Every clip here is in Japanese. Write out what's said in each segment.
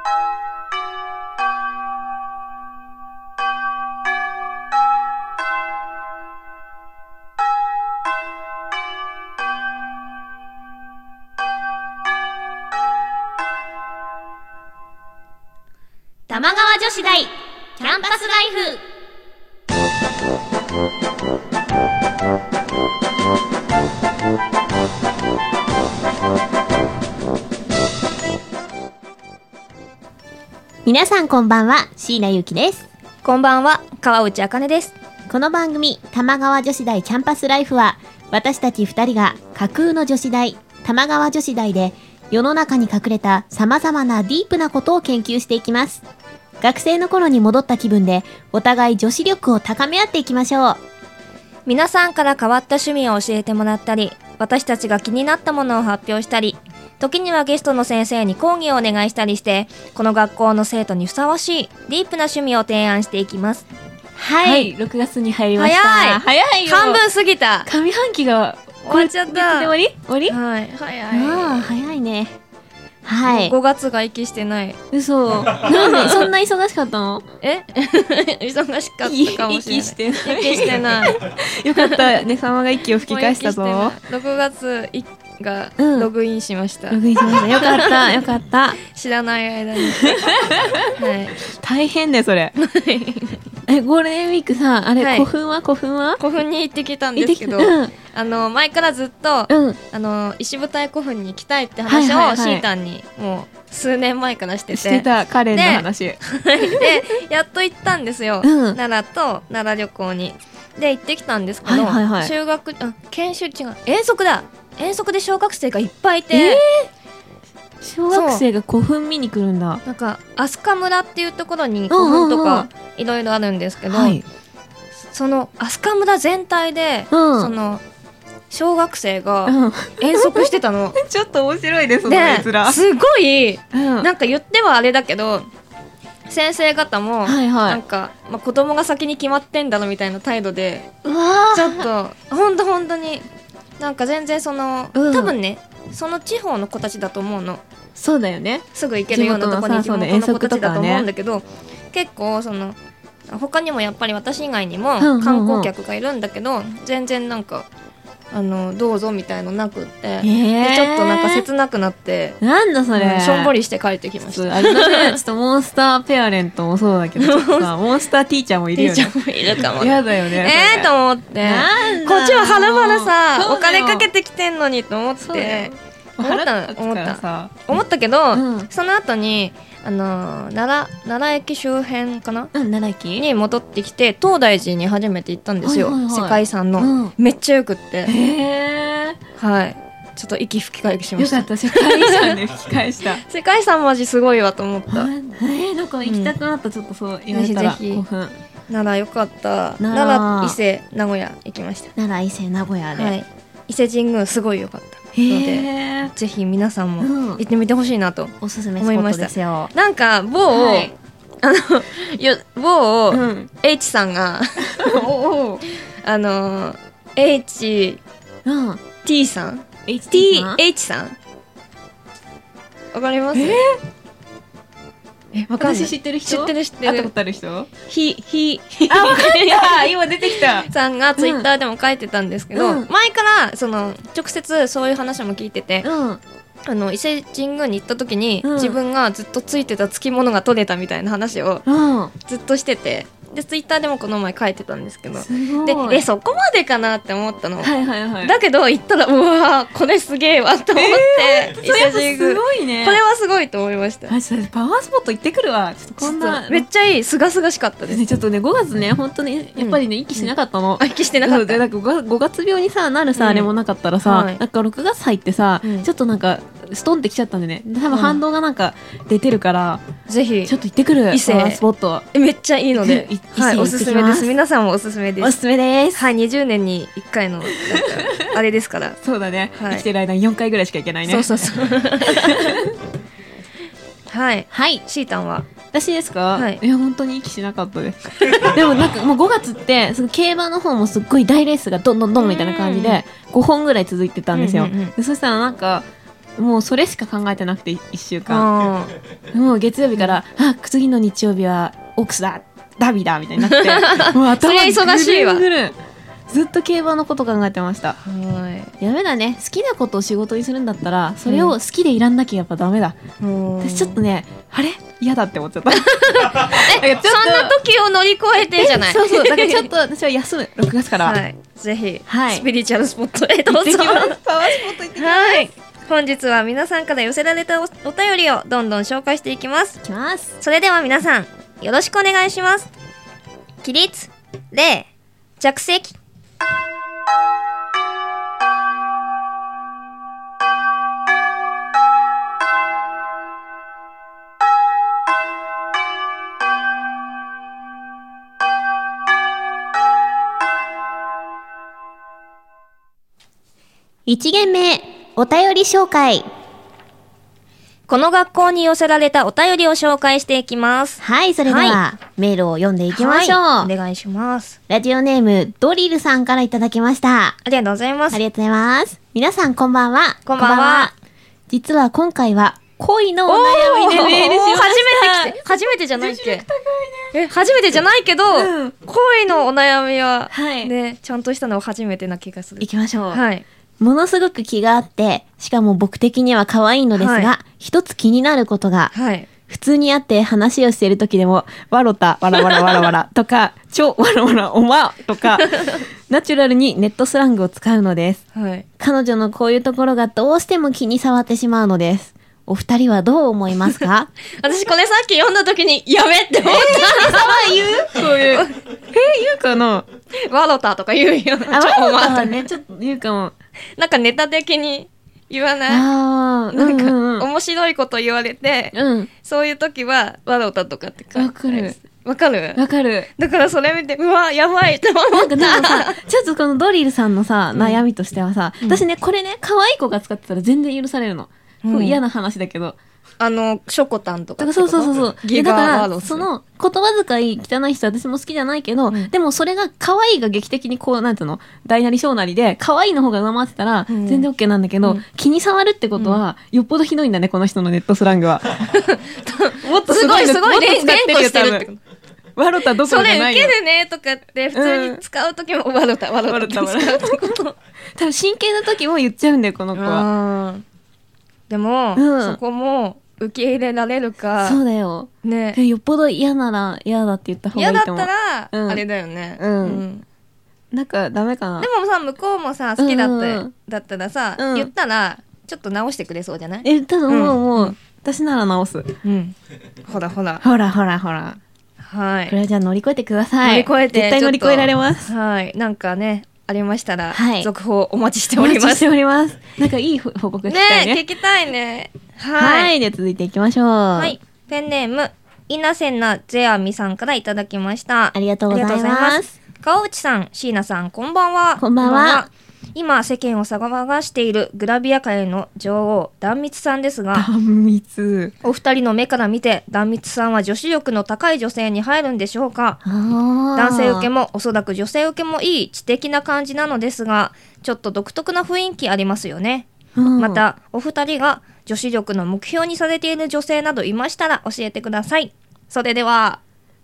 玉川女子大キャンパスライフ。皆さんこんばんは、椎名ゆきです。 こんばんは、川内あかねです。 この番組玉川女子大キャンパスライフは、私たち2人が架空の女子大玉川女子大で世の中に隠れた様々なディープなことを研究していきます。学生の頃に戻った気分でお互い女子力を高め合っていきましょう。 皆さんから変わった趣味を教えてもらったり、私たちが気になったものを発表したり、時にはゲストの先生に講義をお願いしたりして、この学校の生徒にふさわしいディープな趣味を提案していきます。 はい、6月に入りました。早いよ。 半分過ぎた。 上半期が終わっちゃった。 終わりはい、早い。 早いね。はい。 5月が息してない。 嘘。なんでそんな忙しかったの？ 忙しかったかもしれない。息してない。 よかったね、様が息を吹き返したぞ。 6月がログインしました。 ログインしました。よかった、よかった。 知らない間に。はい。 大変ね、それ。ゴールデンウィークさ、あれ、古墳は古墳に行ってきたんですけど、前からずっと、石舞台古墳に行きたいって話をシータンにもう数年前からしてて。 してた、カレンの話。 で、やっと行ったんですよ。奈良と奈良旅行に。で、行ってきたんですけど、研修違う、遠足だ。遠足で小学生がいっぱいいて、 小学生が古墳見に来るんだ。 なんか飛鳥村っていうところに古墳とかいろいろあるんですけど、その飛鳥村全体で、その小学生が遠足してたの。 ちょっと面白いです、その絵面。 すごい、なんか言ってはあれだけど、先生方もなんか、子供が先に決まってんだろみたいな態度で、ちょっと本当になんか全然その、多分ね、その地方の子たちだと思うの。 そうだよね。 すぐ行けるようなとこに地元の子たちだと思うんだけど、結構その他にもやっぱり私以外にも観光客がいるんだけど、全然なんかどうぞみたいのなくって、でちょっとなんか切なくなって、 なんだそれ、 しょんぼりして帰ってきました。 あれだね、ちょっとモンスターペアレントもそうだけど、ちょっとさ、モンスターティーチャーもいるよね。 ティーチャーもいるかも。 やだよね。 と思って、こっちははるばるさ、お金かけてきてんのにと思って思ったけど、その後に奈良駅周辺かな、 奈良駅に戻ってきて、東大寺に初めて行ったんですよ。世界遺産の、めっちゃよくって、はい、ちょっと息吹き返しました。 よかった、世界遺産で吹き返した。 世界遺産マジすごいわと思った。 なんか行きたくなった。ちょっとそう言われたら、 ぜひ奈良よかった。奈良、伊勢、名古屋行きました。 奈良、伊勢、名古屋で、 伊勢神宮すごいよかったので、ぜひ皆さんも行ってみてほしいなとおすすめスポットですよ。 なんか某 H さんがH T さん H さんわかります？ 私知ってる人？ 知ってる。 会ったことある人？ わかった。今出てきた。 さんがツイッターでも書いてたんですけど、前からその直接そういう話も聞いてて、伊勢神宮に行った時に、自分がずっとついてた付き物が取れたみたいな話をずっとしてて、でツイッターでもこの前書いてたんですけど、でそこまでかなって思ったの。だけど行ったら、うわーこれすげえわと思って、伊勢神宮すごいね。これはすごいと思いました。 パワースポット行ってくるわ。ちょっとこんなめっちゃいい、すがすがしかったですね。 ちょっとね、5月ね、本当にやっぱりね、息しなかったの。 息してなかった。 なんか5月病にさなるさ、あれもなかったらさ、なんか6月入ってさ、ちょっとなんかストンってきちゃったんでね、多分反動がなんか出てるから、 ぜひちょっと行ってくる。 伊勢パワースポットめっちゃいいので、おすすめです。皆さんもおすすめです。 おすすめです。 はい、20年に1回のあれですから。 そうだね、生きてる間に4回ぐらいしか行けないね。 そうはい、シータンは？ 私ですか？いや本当に息しなかったです。でもなんかもう5月ってその競馬の方もすっごい大レースがどんどんみたいな感じで5本ぐらい続いてたんですよ。そしたらなんかもうそれしか考えてなくて1週間もう月曜日から、次の日曜日はオークスだダビだみたいになってもう頭が忙しいわ。 ずっと競馬のこと考えてました。やめだね。好きなことを仕事にするんだったらそれを好きでいらんなきゃやっぱダメだ。私ちょっとねあれ嫌だって思っちゃったそんな時を乗り越えてじゃないそうだからちょっと私は休む6月から、 ぜひ、スピリチュアルスポットへどうぞ。 パワースポット行ってきます。 本日は皆さんから寄せられたお便りをどんどん紹介していきます。それでは皆さんよろしくお願いします。起立礼着席。 1限目お便り紹介。 この学校に寄せられたお便りを紹介していきます。 はい、それでは、メールを読んでいきましょう。 お願いします。 ラジオネームドリルさんからいただきました。 ありがとうございます。 ありがとうございます。皆さんこんばんは。 こんばんは。 実は今回は恋のお悩みでメールしました。 初めてじゃないっけ？初めてじゃないけど、恋のお悩みはね、ちゃんとしたのは初めてな気がする。 いきましょう。ものすごく気があって、しかも僕的には可愛いのですが、一つ気になることが、普通に会って話をしている時でも、わろた、わらわらわらわらとか、ちょ、わらわら、おまとか、ナチュラルにネットスラングを使うのです。彼女のこういうところがどうしても気に障ってしまうのです。お二人はどう思いますか？ 私これさっき読んだ時にやめって思った。 言う？そういう。言うかな？ わろたとか言うよ。 わろたはね、ちょっと言うかも。 なんかネタ的に言わない？なんか面白いこと言われて、そういう時はわろたとかってわかる。 わかる？ わかる。 だからそれ見て、うわ、やばいって思った。 なんかでもさ、ちょっとこのドリルさんのさ、悩みとしてはさ、私ね、これね、可愛い子が使ってたら全然許されるの。嫌な話だけど。 ショコタンとか。 そう。だから、その、言葉遣い汚い人私も好きじゃないけど、でもそれが可愛いが劇的にこう、なんていうの、大なり小なりで、可愛いの方が上回ってたら、全然 OK なんだけど、気に障るってことは、よっぽどひどいんだね、この人のネットスラングは。もっとすごい連呼してるってこと。 わろたどころじゃないよ。 それウケるねとかって普通に使うときもわろた使うってこと。 多分真剣な時も言っちゃうんだよ、この子は。 でも、そこも受け入れられるか。 そうだよ。ね。よっぽど嫌なら嫌だって言った方がいいと思う。 嫌だったら、あれだよね。 なんかダメかな。 でもさ、向こうもさ、好きだったらさ、言ったら、ちょっと直してくれそうじゃない？ ただもう、私なら直す。 ほら。 はい。これはじゃあ乗り越えてください。 乗り越えて。 絶対乗り越えられます。 はい。なんかね、ありましたら、続報お待ちしております。 お待ちしております。なんかいい報告聞きたいね。 聞きたいね。 はい。で続いていきましょう。はい。 ペンネーム、イナセンナゼアミさんからいただきました。 ありがとうございます。 川内さん、椎名さん、こんばんは。 こんばんは。 今世間を騒がしているグラビア界の女王壇蜜さんですが、お二人の目から見て壇蜜さんは女子力の高い女性に入るんでしょうか？男性受けもおそらく女性受けもいい知的な感じなのですが、ちょっと独特な雰囲気ありますよね。またお二人が女子力の目標にされている女性などいましたら教えてください。それでは、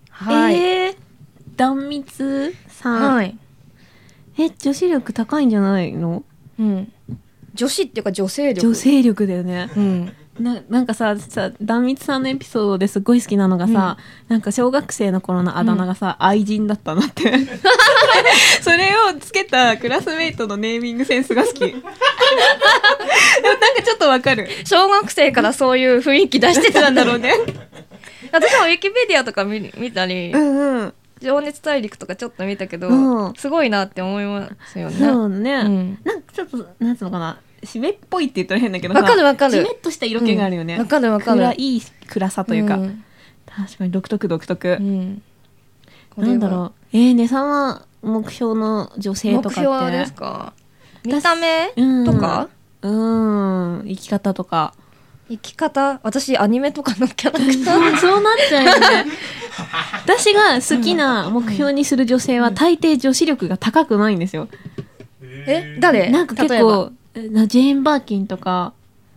壇蜜さん、女子力高いんじゃないの？ 女子っていうか女性力。 女性力だよね。なんかさ、壇蜜さんのエピソードですごい好きなのがさ、なんか小学生の頃のあだ名がさ、愛人だったなってそれをつけたクラスメイトのネーミングセンスが好きでもなんかちょっとわかる。 小学生からそういう雰囲気出してたんだろうね私もウィキペディアとか見たり、情熱大陸とかちょっと見たけど、すごいなって思いますよね。 そうね、なんかちょっとなんつうのかな、湿っぽいって言ったら変だけどさ、 わかる。 湿っとした色気があるよね。 わかる。 いい暗さというか、確かに独特。なんだろう。ねさんは目標の女性とかって。 目標ですか？見た目とか？ 生き方とか。 生き方？私アニメとかのキャラクターそうなっちゃうよね私が好きな目標にする女性は大抵女子力が高くないんですよ。 誰？ なんか結構ジェーン・バーキンとか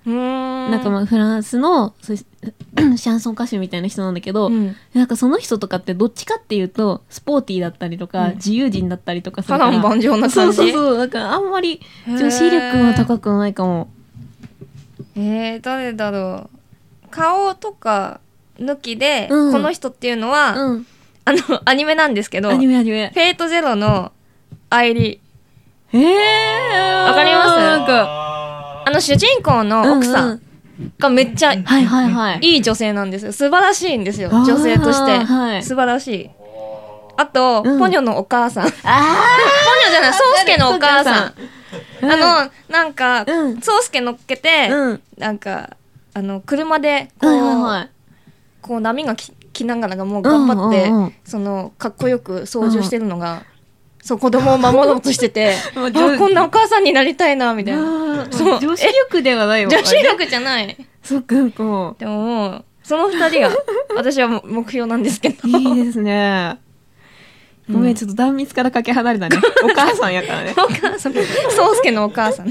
なんかまあフランスのシャンソン歌手みたいな人なんだけど、なんかその人とかってどっちかっていうとスポーティーだったりとか、自由人だったりとかするから、 波乱万丈な感じ。 そうだからあんまり女子力は高くないかも。 誰だろう。顔とか抜きで、この人っていうのは、アニメなんですけど、 アニメフェイトゼロの愛理。わかります？ なんか主人公の奥さんがめっちゃいい女性なんですよ。素晴らしいんですよ、女性として。素晴らしい。あと、ポニョのお母さん。ポニョじゃない、ソウスケのお母さん。なんか、ソウスケ乗っけて、なんか、車で、こう波が来ながらもう頑張って、かっこよく操縦してるのが、そう、子供を守ろうとしてて、こんなお母さんになりたいな、みたいな。 そう、女子力ではないよ。 女子力じゃない。 そっか、こう。 でももう、その二人が、私は目標なんですけど。 いいですね。ごめん、ちょっと断密からかけ離れたね。お母さんやからね。 お母さん、ソウスケのお母さん。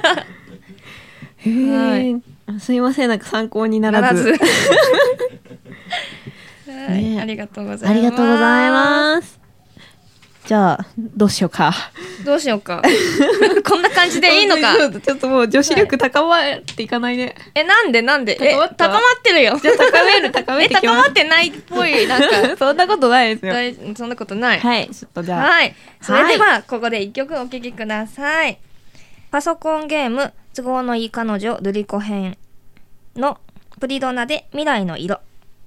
すいません、なんか参考にならず。 ありがとうございます。 ありがとうございます。じゃあどうしようか。こんな感じでいいのか。ちょっともう女子力高まっていかないね。 なんで高まってるよ。 じゃあ高めて高まってないっぽい。なんかそんなことないですよ。そんなことない。 はい、ちょっとじゃあ。 はい。それではここで一曲お聴きください。パソコンゲーム都合のいい彼女ルリコ編のプリドナで未来の色。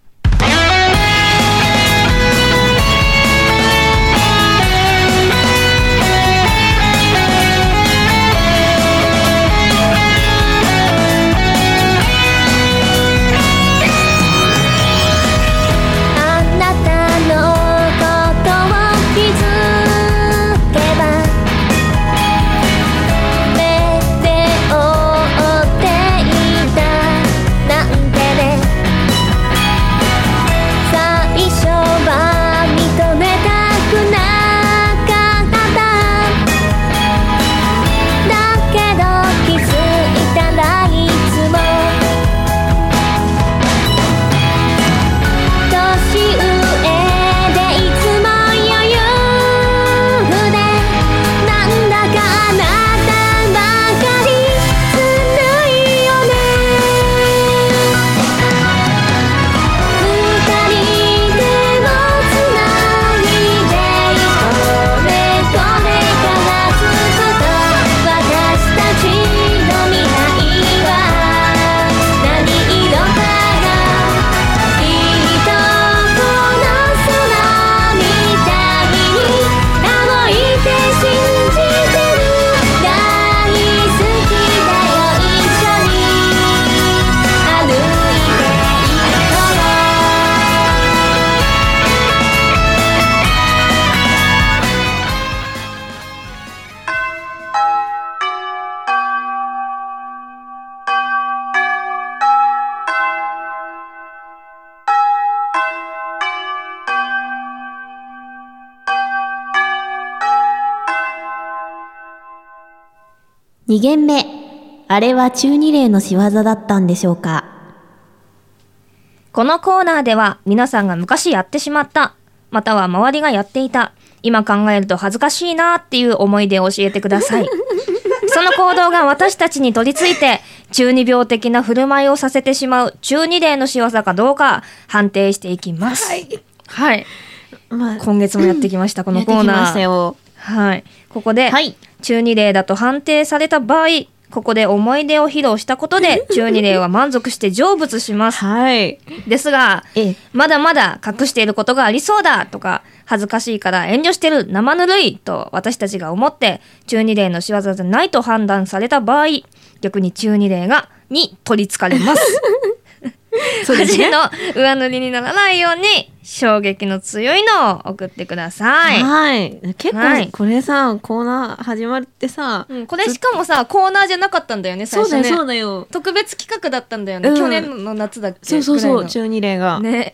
2限目、あれは中二例の仕業だったんでしょうか。 このコーナーでは皆さんが昔やってしまった、または周りがやっていた、今考えると恥ずかしいなっていう思い出を教えてください。その行動が私たちに取り付いて、中二病的な振る舞いをさせてしまう中二例の仕業かどうか判定していきます。はい。今月もやってきました、このコーナー。 やってきましたよ。 はい。ここで、中二例だと判定された場合、ここで思い出を披露したことで、中二例は満足して成仏します。 はい。 ですが、まだまだ隠していることがありそうだとか、恥ずかしいから遠慮してる生ぬるいと私たちが思って、中二例の仕業じゃないと判断された場合、逆に中二例に取り憑かれます。恥の上塗りにならないように衝撃の強いのを送ってください。 はい。結構これさ、コーナー始まってさ、 これしかもさ、コーナーじゃなかったんだよね、最初ね。 そうだよ。 特別企画だったんだよね。去年の夏だっけ。 そう、中二例が。 ね。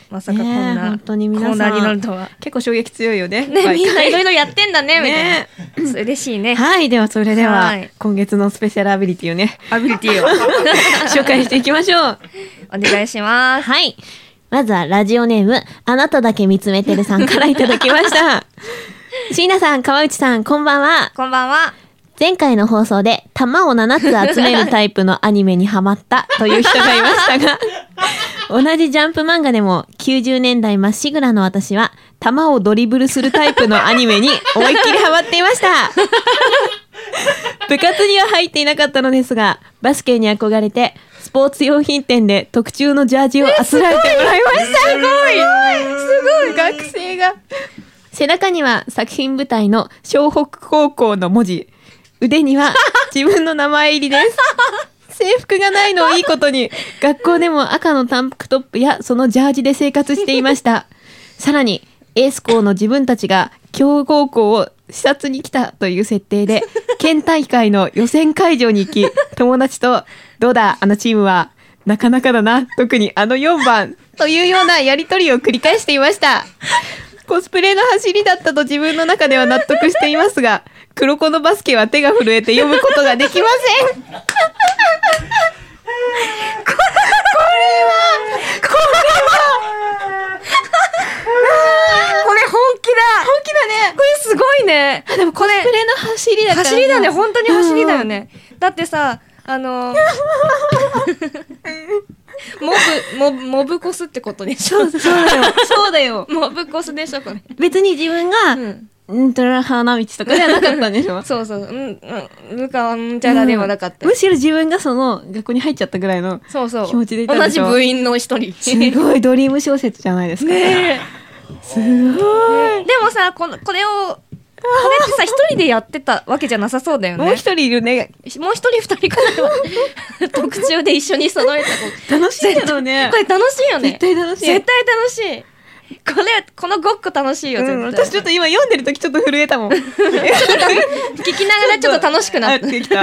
まさかこんな、 本当に皆さんコーナーになるとは。 結構衝撃強いよね。 ね、みんないろいろやってんだね、みたいな。嬉しいね。 はい、ではそれでは、 はい、 今月のスペシャルアビリティをね、 アビリティを紹介していきましょう。 お願いします。 はい。まずはラジオネーム、あなただけ見つめてるさんからいただきました。椎名さん、川内さん、こんばんは。 こんばんは。 前回の放送で玉を7つ集めるタイプのアニメにハマったという人がいましたが、同じジャンプ漫画でも90年代まっしぐらの私は玉をドリブルするタイプのアニメに思いっきりハマっていました。部活には入っていなかったのですが、バスケに憧れてスポーツ用品店で特注のジャージをあつらえてもらいました。 すごい学生が。背中には作品舞台の湘北高校の文字、腕には自分の名前入りです。制服がないのをいいことに、学校でも赤のタンクトップやそのジャージで生活していました。さらに、エース校の自分たちが強豪校を視察に来たという設定で、県大会の予選会場に行き、友達と、どうだ、あのチームは、なかなかだな、特にあの4番、というようなやりとりを繰り返していました。コスプレの走りだったと自分の中では納得していますが、黒子のバスケは手が震えて読むことができません。これはこれ本気だね。これすごいね。 でもコスプレの走りだから走りだね、本当に走りだよね。だってさ、モブコスってことでしょ。 そうだよ。 モブコスでしょ、これ。 別に自分が、花道とかではなかったんでしょ。 そう、ぬかんちゃらではなかった。 むしろ自分がその学校に入っちゃったぐらいの気持ちでいたんでしょ。 同じ部員の一人。 すごいドリーム小説じゃないですか。 ねえ。すごい。 でもさ、これってさ、一人でやってたわけじゃなさそうだよね。 もう一人いるね。 もう一人二人くらいは特注で一緒に揃えた子。 楽しいけどね。 これ楽しいよね。 絶対楽しい。 絶対楽しい。このごっこ楽しいよ、絶対。 私ちょっと今読んでる時ちょっと震えたもん。聞きながらちょっと楽しくなってきた。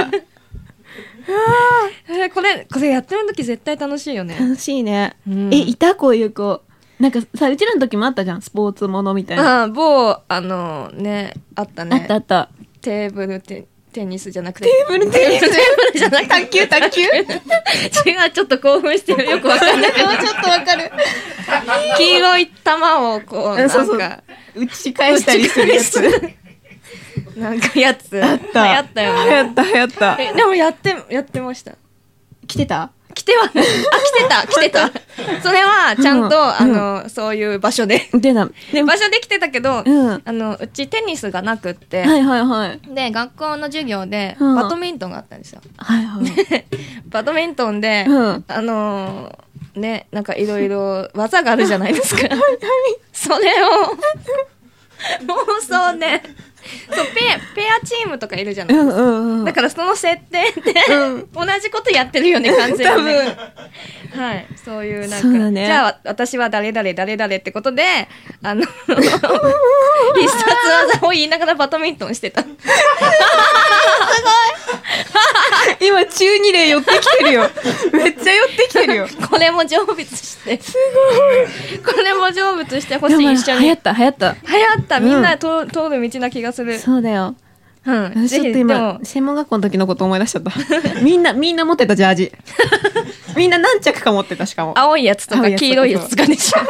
これやってる時絶対楽しいよね。 楽しいね。いたこういう子。なんかさ、うちらの時もあったじゃん、スポーツものみたいな。 某、あったね。 あった。 テーブルテニスじゃなくて。 テーブルテニスじゃなくて。卓球違う、ちょっと興奮してる。よくわかんないけど。 ちょっとわかる。 黄色い球をこう、なんか、 打ち返したりするやつ。 なんかやつ。 あった。 流行ったよね。 流行った。 でもやってました。 来てた。 来てた。それは、ちゃんと、そういう場所で。場所で来てたけど、うちテニスがなくって。で、学校の授業で、バドミントンがあったんですよ。バドミントンで、ね、なんかいろいろ技があるじゃないですか。それを、妄想ね。そう、ペアチームとかいるじゃないですか。だからその設定で、同じことやってるよね、完全にね。はい。そういうなんか、じゃあ私は誰々ってことで、必殺技を言いながらバドミントンしてた。すごい。 今中2例寄ってきてるよ。めっちゃ寄ってきてるよ。 これも成仏して。 すごい。 これも成仏してほしい、一緒に。 流行った。 みんな通る道な気がする。 そうだよ。ちょっと今、専門学校の時のこと思い出しちゃった。みんな持ってたジャージ。みんな何着か持ってた、しかも。 青いやつとか黄色いやつとかでしょ。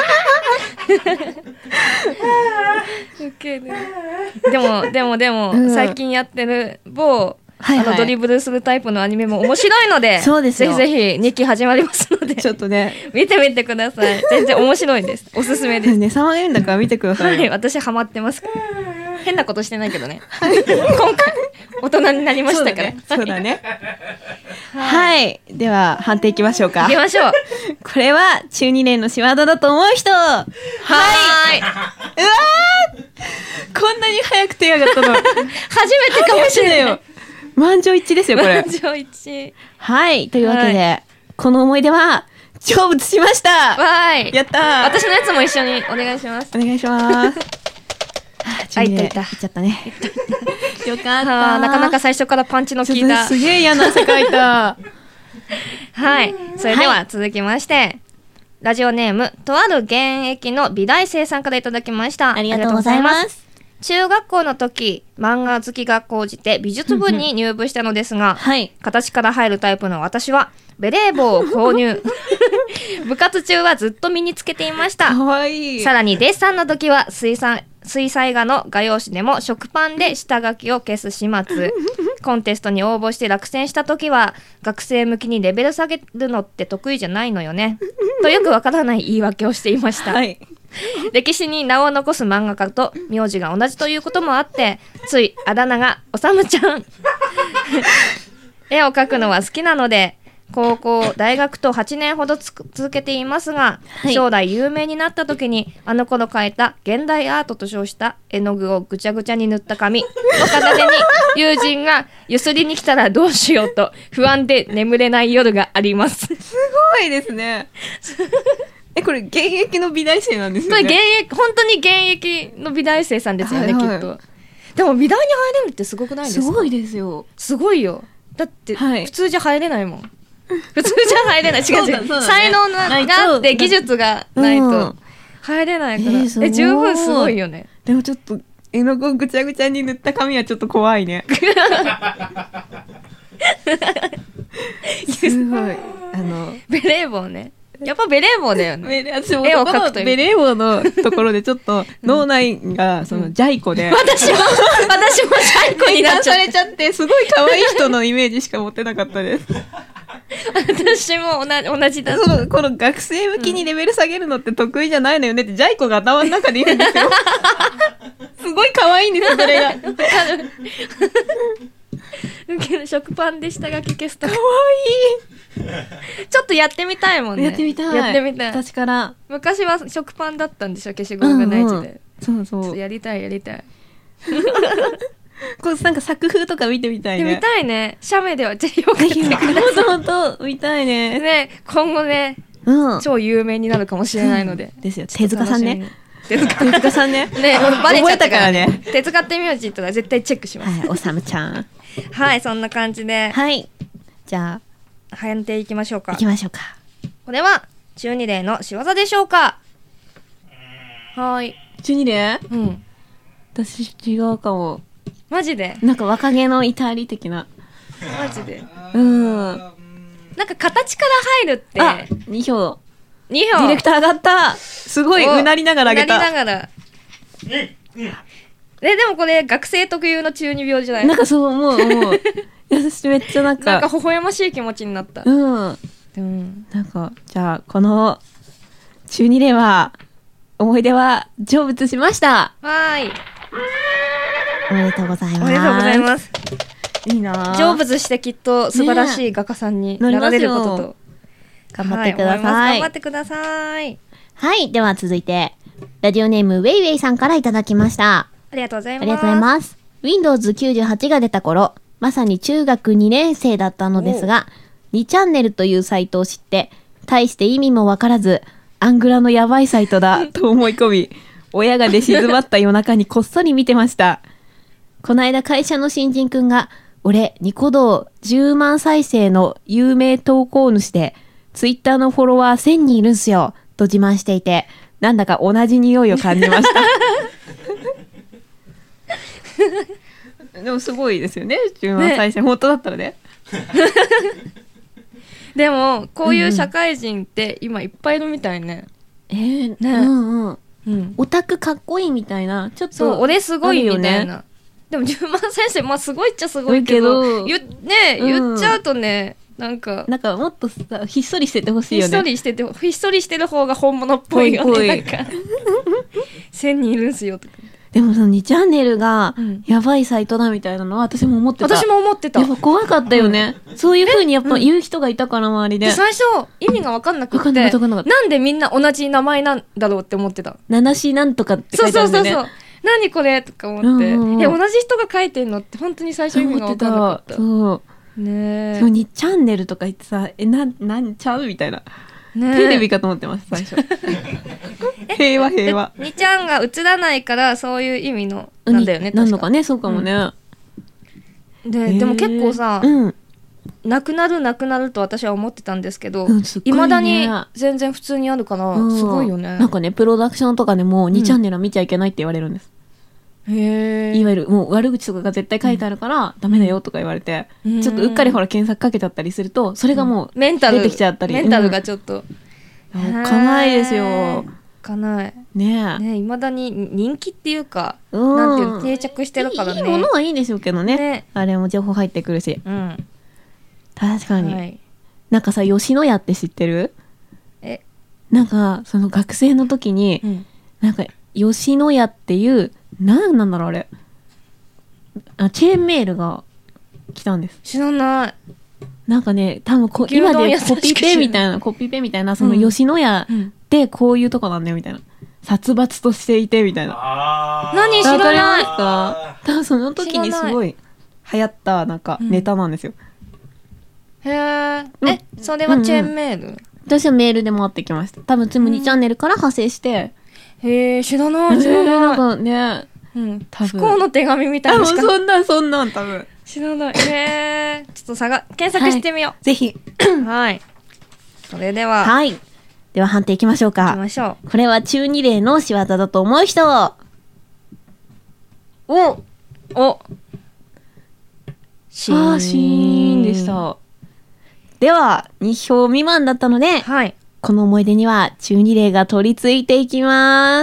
でも、最近やってる某、ドリブルするタイプのアニメも面白いので、ぜひぜひ2期始まりますので、 ちょっとね、 見てみてください。全然面白いです。おすすめです。 ね、騒げるんだから見てください。 はい、私ハマってます。変なことしてないけどね。今回、大人になりましたから。 そうだね。はい。では、判定いきましょうか。 いきましょう。 これは、中2年の島田だと思う人。はい。うわー、こんなに早く手上がったの。初めてかもしれないよ。 満場一致ですよ、これ。 満場一致。 はい。というわけで、この思い出は、成仏しました。 わーい。 やったー。 私のやつも一緒にお願いします。 お願いします。 あ、いった。 いっちゃったね。よかった。 なかなか最初からパンチの効いた。 すげえ嫌な汗かいた。 はい。それでは続きまして、 ラジオネームとある現役の美大生さんからいただきました。 ありがとうございます。 中学校の時、漫画好きが高じて美術部に入部したのですが、 はい、 形から入るタイプの私はベレー帽を購入部活中はずっと身につけていました。 かわいい。 さらにデッサンの時は水彩画の画用紙でも食パンで下書きを消す始末コンテストに応募して落選した時は学生向きにレベル下げるのって得意じゃないのよねとよくわからない言い訳をしていました、はい、歴史に名を残す漫画家と名字が同じということもあってついあだ名がおさむちゃん絵を描くのは好きなので高校大学と8年ほど続けていますが、はい、将来有名になった時にあの頃描いた現代アートと称した絵の具をぐちゃぐちゃに塗った紙を片手に友人がゆすりに来たらどうしようと不安で眠れない夜があります。 すごいですねこれ現役の美大生なんですよね。 これ本当に現役の美大生さんですよね、はいはい、きっと。でも美大に入れるってすごくないですか？ すごいですよ。 すごいよ。だって、はい、普通じゃ入れないもん。普通じゃ入れない。違う、ね、才能があって技術がないと入れないから、十分すごいよね。 でもちょっと絵の具をぐちゃぐちゃに塗った紙はちょっと怖いねすごいベレー帽ね。やっぱベレー帽だよね。 私もこのベレー帽のところでちょっと脳内がそのジャイコで、 私もジャイコになっちゃされちゃってすごい可愛い人のイメージしか持ってなかったです私も同じだ。 この学生向きにレベル下げるのって得意じゃないのよねってジャイコが頭の中で言うんですよすごい可愛いんですよそれが食パンで下書き消すと可愛いちょっとやってみたいもんね。 やってみたい。私から昔は食パンだったんでしょ、消しゴムがない時で、 そうやりたいこうなんか作風とか見てみたいね。 見たいね。写メではぜひ送ってください。 ほんと見たいね。 ね、今後ね、超有名になるかもしれないので。 ですよ。手塚さんね。 手塚さんね。ね、 バレちゃったからね。 手塚って名字とか絶対チェックします。 はい、おさむちゃん。 はい、そんな感じで。 はい。じゃあ、判定いきましょうか。 行きましょうか。 これは中二例の仕業でしょうか。はい。 中二例？ うん。 私違うかも。 マジで？ なんか若気の至り的な。 マジで？ なんか形から入るって。 あ、2票。 2票。 ディレクター上がった。すごいうなりながら上げた。 うなりながら。でもこれ学生特有の中二病じゃない？ なんかそう、もう私めっちゃなんか微笑ましい気持ちになった。 なんかじゃあこの中二例は思い出は成仏しました。 はい。 おめでとうございます。 おめでとうございます。 いいな。 成仏してきっと素晴らしい画家さんになられることと、 頑張ってください。 頑張ってください。 はい、では続いてラジオネームウェイウェイさんからいただきました。 ありがとうございます。 ありがとうございます。Windows 98が出た頃、まさに中学2年生だったのですが、2チャンネルというサイトを知って、大して意味もわからず、アングラのやばいサイトだと思い込み、親が寝静まった夜中にこっそり見てました。この間会社の新人くんが、俺、ニコ動10万再生の有名投稿主で、Twitter のフォロワー1000人いるんすよ、と自慢していて、なんだか同じ匂いを感じました。でもすごいですよね、10万再生、本当だったらね。 でもこういう社会人って今いっぱいいるみたいね。 ね、オタクかっこいいみたいな、ちょっとそう俺すごいみたいな。でも10万再生、まあすごいっちゃすごいけど、言っちゃうとね、なんかもっとさひっそりしててほしいよね。 ひっそりしてる方が本物っぽいよね。なんか1000人いるんすよとか。 でもその2チャンネルがやばいサイトだみたいなのは私も思ってた。 私も思ってた。 やっぱ怖かったよね。そういう風にやっぱ言う人がいたから周りで。 最初意味が分かんなくて、なんでみんな同じ名前なんだろうって思ってた。 七子なんとかって書いてあるんだよね。そう。 何これとか思って、同じ人が書いてんのって本当に最初意味が分かんなかった。 そうね。2チャンネルとか言ってさ、なんちゃうみたいな。テレビかと思ってます最初。平和 2ちゃんが映らないからそういう意味のなんだよね。 なんのかね、そうかもね。 でも結構さ、 なくなると私は思ってたんですけど、いまだに全然普通にあるから、すごいよね。 なんかね、プロダクションとかでも2チャンネルは見ちゃいけないって言われるんです。 へー。 いわゆるもう悪口とかが絶対書いてあるからダメだよとか言われて、ちょっとうっかりほら検索かけちゃったりすると、それがもう出てきちゃったり。 メンタルがちょっと。 おっかないですよ。 かないねえ、未だに人気っていうか、なんていうの、定着してるからね。 いいものはいいんでしょうけどね。あれも情報入ってくるし。確かに。なんかさ、吉野家って知ってる？なんかその学生の時に、なんか吉野家っていうなんだろうあれ、チェーンメールが来たんです。 知らない。 なんかね、多分今でコピペみたいなその吉野家でこういうとこなんだよみたいな、殺伐としていてみたいな。 何知らない。 わかりますか？多分その時にすごい流行ったなんかネタなんですよ。 へえ。それはチェーンメール？ 私はメールで回ってきました。多分つむ2チャンネルから派生して。 へえ、知らない。 なんかね、 不幸の手紙みたいな。 そんなん多分。 知らない。へえ。ちょっと検索してみよう。 ぜひ。 はい。それでは。 はい。では判定いきましょうか。 いきましょう。これは中二例の仕業だと思う人。シーンでした。では、2票未満だったので、この思い出には中二例が取り付いていきます。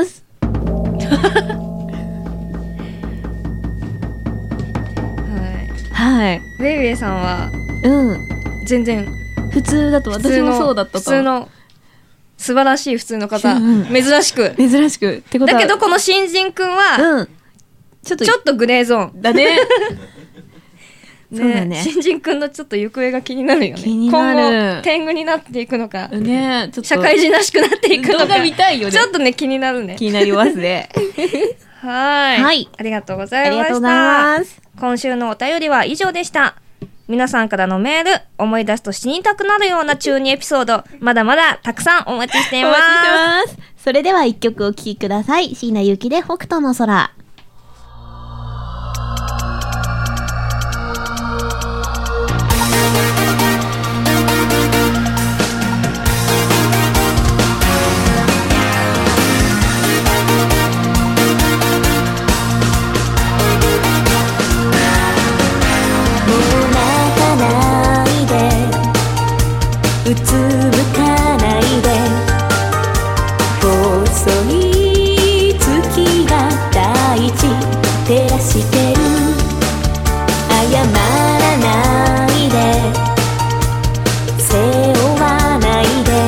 はい。 ベイベーさんは、全然普通だと、私もそうだったと。 普通の素晴らしい普通の方、珍しくってことは、 だけどこの新人くんは、ちょっとグレーゾーンだね。そうだね。 新人くんのちょっと行方が気になるよね。今後天狗になっていくのか、 ね、ちょっと社会人らしくなっていくのか、 動画見たいよね。 ちょっとね、気になるね。 気になりますね。 はい。ありがとうございました。ありがとうございます。今週のお便りは以上でした。皆さんからのメール、思い出すと死にたくなるような中二エピソード、まだまだたくさんお待ちしています。 それでは一曲お聴きください。椎名ゆきで北斗の空。 うつむかないで、細い月が大地照らしてる。謝らないで、背負わないで、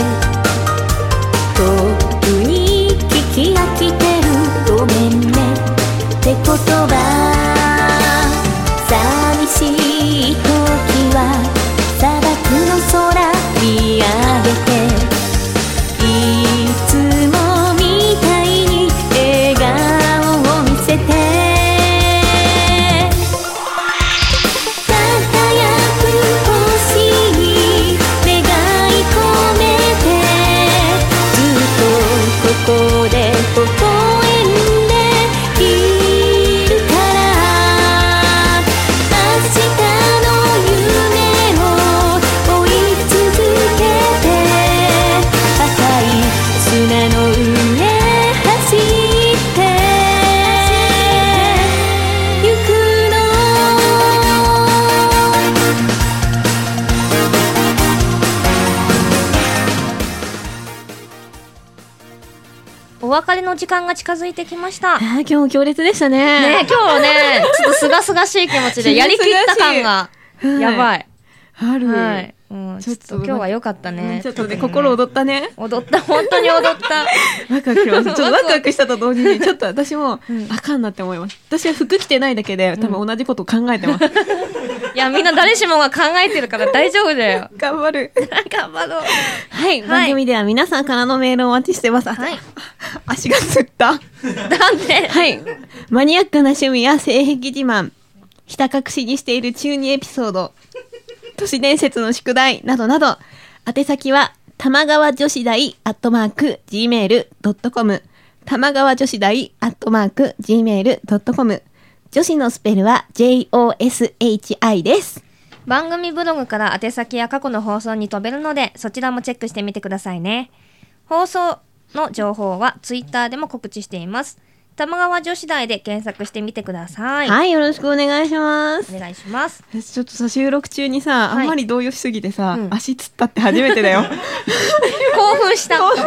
遠くに聞き飽きてる。ごめんねって言葉、寂しい時は砂漠の空見上げて、いつもみたいに笑顔を見せて、輝く星に願い込めて、ずっとここで微笑んでいるから、明日の夢を追い続けて、赤い砂の上走ってゆくの。 お別れの時間が近づいてきました。 今日も強烈でしたね。 今日はね、ちょっとすがすがしい気持ちでやりきった感がやばい。 ある。 ちょっと今日は良かったね。 ちょっとね、心躍ったね。 踊った、本当に踊った。 ワクワクします。ちょっとワクワクしたと同時に、ちょっと私も、あかんなって思います。私は服着てないだけで、多分同じことを考えてます。 いや、みんな誰しもが考えてるから大丈夫だよ。 頑張る。 頑張ろう。 はい、番組では皆さんからのメールをお待ちしてます。はい。足がつった。 なんで？ はい。マニアックな趣味や性癖自慢、ひた隠しにしている中二エピソード、都市伝説の宿題などなど、宛先は玉川女子大@gmail.com、玉川女子大@gmail.com、女子のスペルはJOSHI です。 番組ブログから宛先や過去の放送に飛べるので、そちらもチェックしてみてくださいね。放送の情報はツイッターでも告知しています。玉川女子大で検索してみてください。 はい、よろしくお願いします。 お願いします。 ちょっとさ、収録中にさ、あんまり動揺しすぎてさ、足つったって初めてだよ。 興奮した。 はい、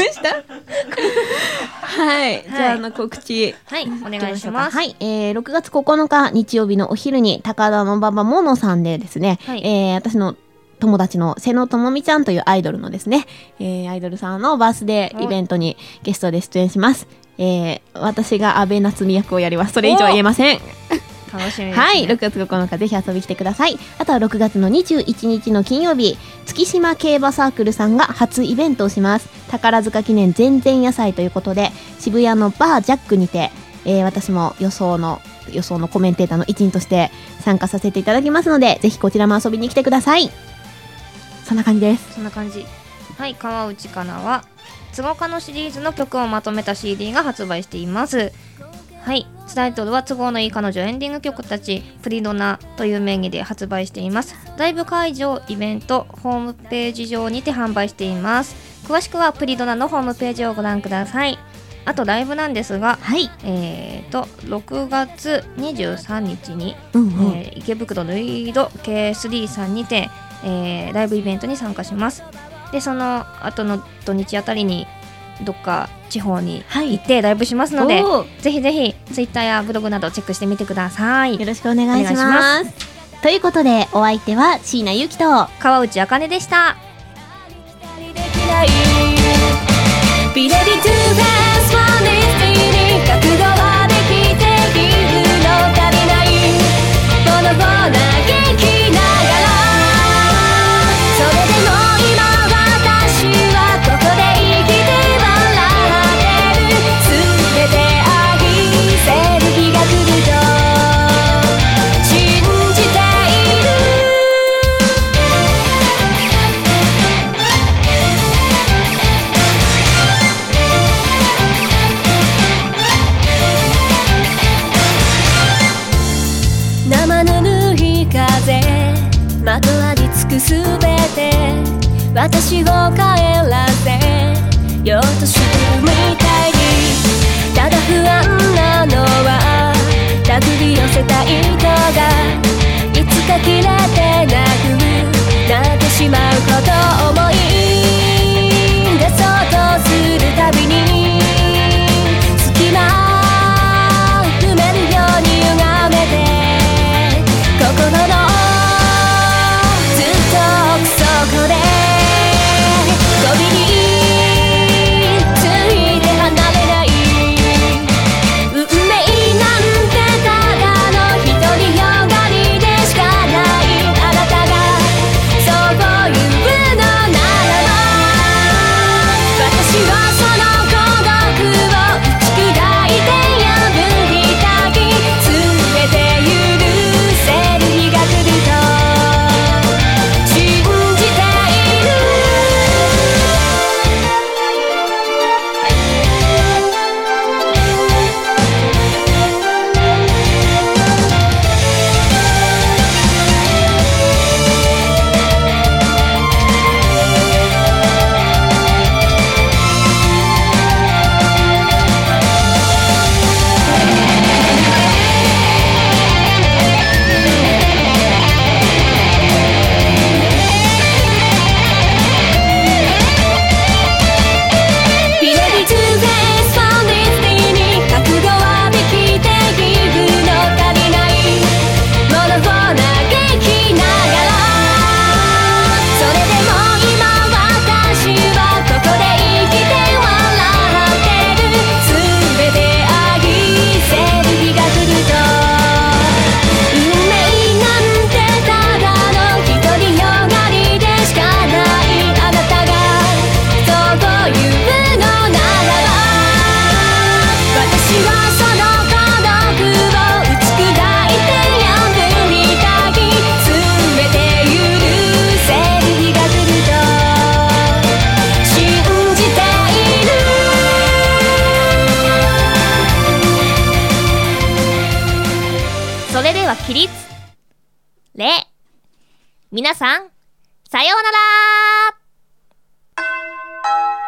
じゃあ告知。 はい、お願いします。 はい、6月9日日曜日のお昼に高田の馬場モノさんでですね、私の友達の瀬野智美ちゃんというアイドルのですね、アイドルさんのバースデーイベントにゲストで出演します。私が安倍夏実役をやります。それ以上は言えません。 楽しみですね。 はい、6月9日ぜひ遊びに来てください。あとは6月の21日の金曜日、月島競馬サークルさんが初イベントをします。宝塚記念全然野菜ということで、渋谷のバージャックにて、私も予想のコメンテーターの一員として参加させていただきますので、ぜひこちらも遊びに来てください。そんな感じです。 そんな感じ。はい、川内かなはつごかのシリーズの曲をまとめた CD が発売しています。はい、タイトルは都合のいい彼女エンディング曲たちプリドナという名義で発売しています。ライブ会場、イベント、ホームページ上にて販売しています。詳しくはプリドナのホームページをご覧ください。あとライブなんですが、 はい、 6月23日に、池袋ルイード K3 さんにて、ライブイベントに参加します。でその後の土日あたりにどっか地方に行ってライブしますので、ぜひぜひツイッターやブログなどチェックしてみてください。 よろしくお願いします。ということでお相手は椎名ゆきと川内あかねでした。 ビレビトゥフェスワンディスティニー覚悟はできているの足りないボロボロ嘆きながら、それでも今私はここで生きて笑ってる。全て愛せる日が来ると信じている。生ぬるい風まとわりつくすべて私を帰らせようとしてるみたいに、ただ不安なのは手繰り寄せた糸がいつか切れてなくなってしまうことを思い出そうとするたびに隙間埋めるように歪めて心のずっと奥底でゴミについて離れない運命なんてただの独りよがりでしかないあなたがそう言うのならば私はその孤独を打ち砕いて破りたい全て許せる日が来ると信じている。ビレビトゥフェイスファンディスティニー覚悟はできているの足りないものを嘆きながら、それでも今私はここで生きて笑ってる。全て愛せる日が来ると運命なんてただの独りよがりでしかないあなたがそう言うのならば私はその孤独を打ち砕いて破りたい全て許せる日が来ると信じている。 それでは起立礼。 皆さん、さようなら。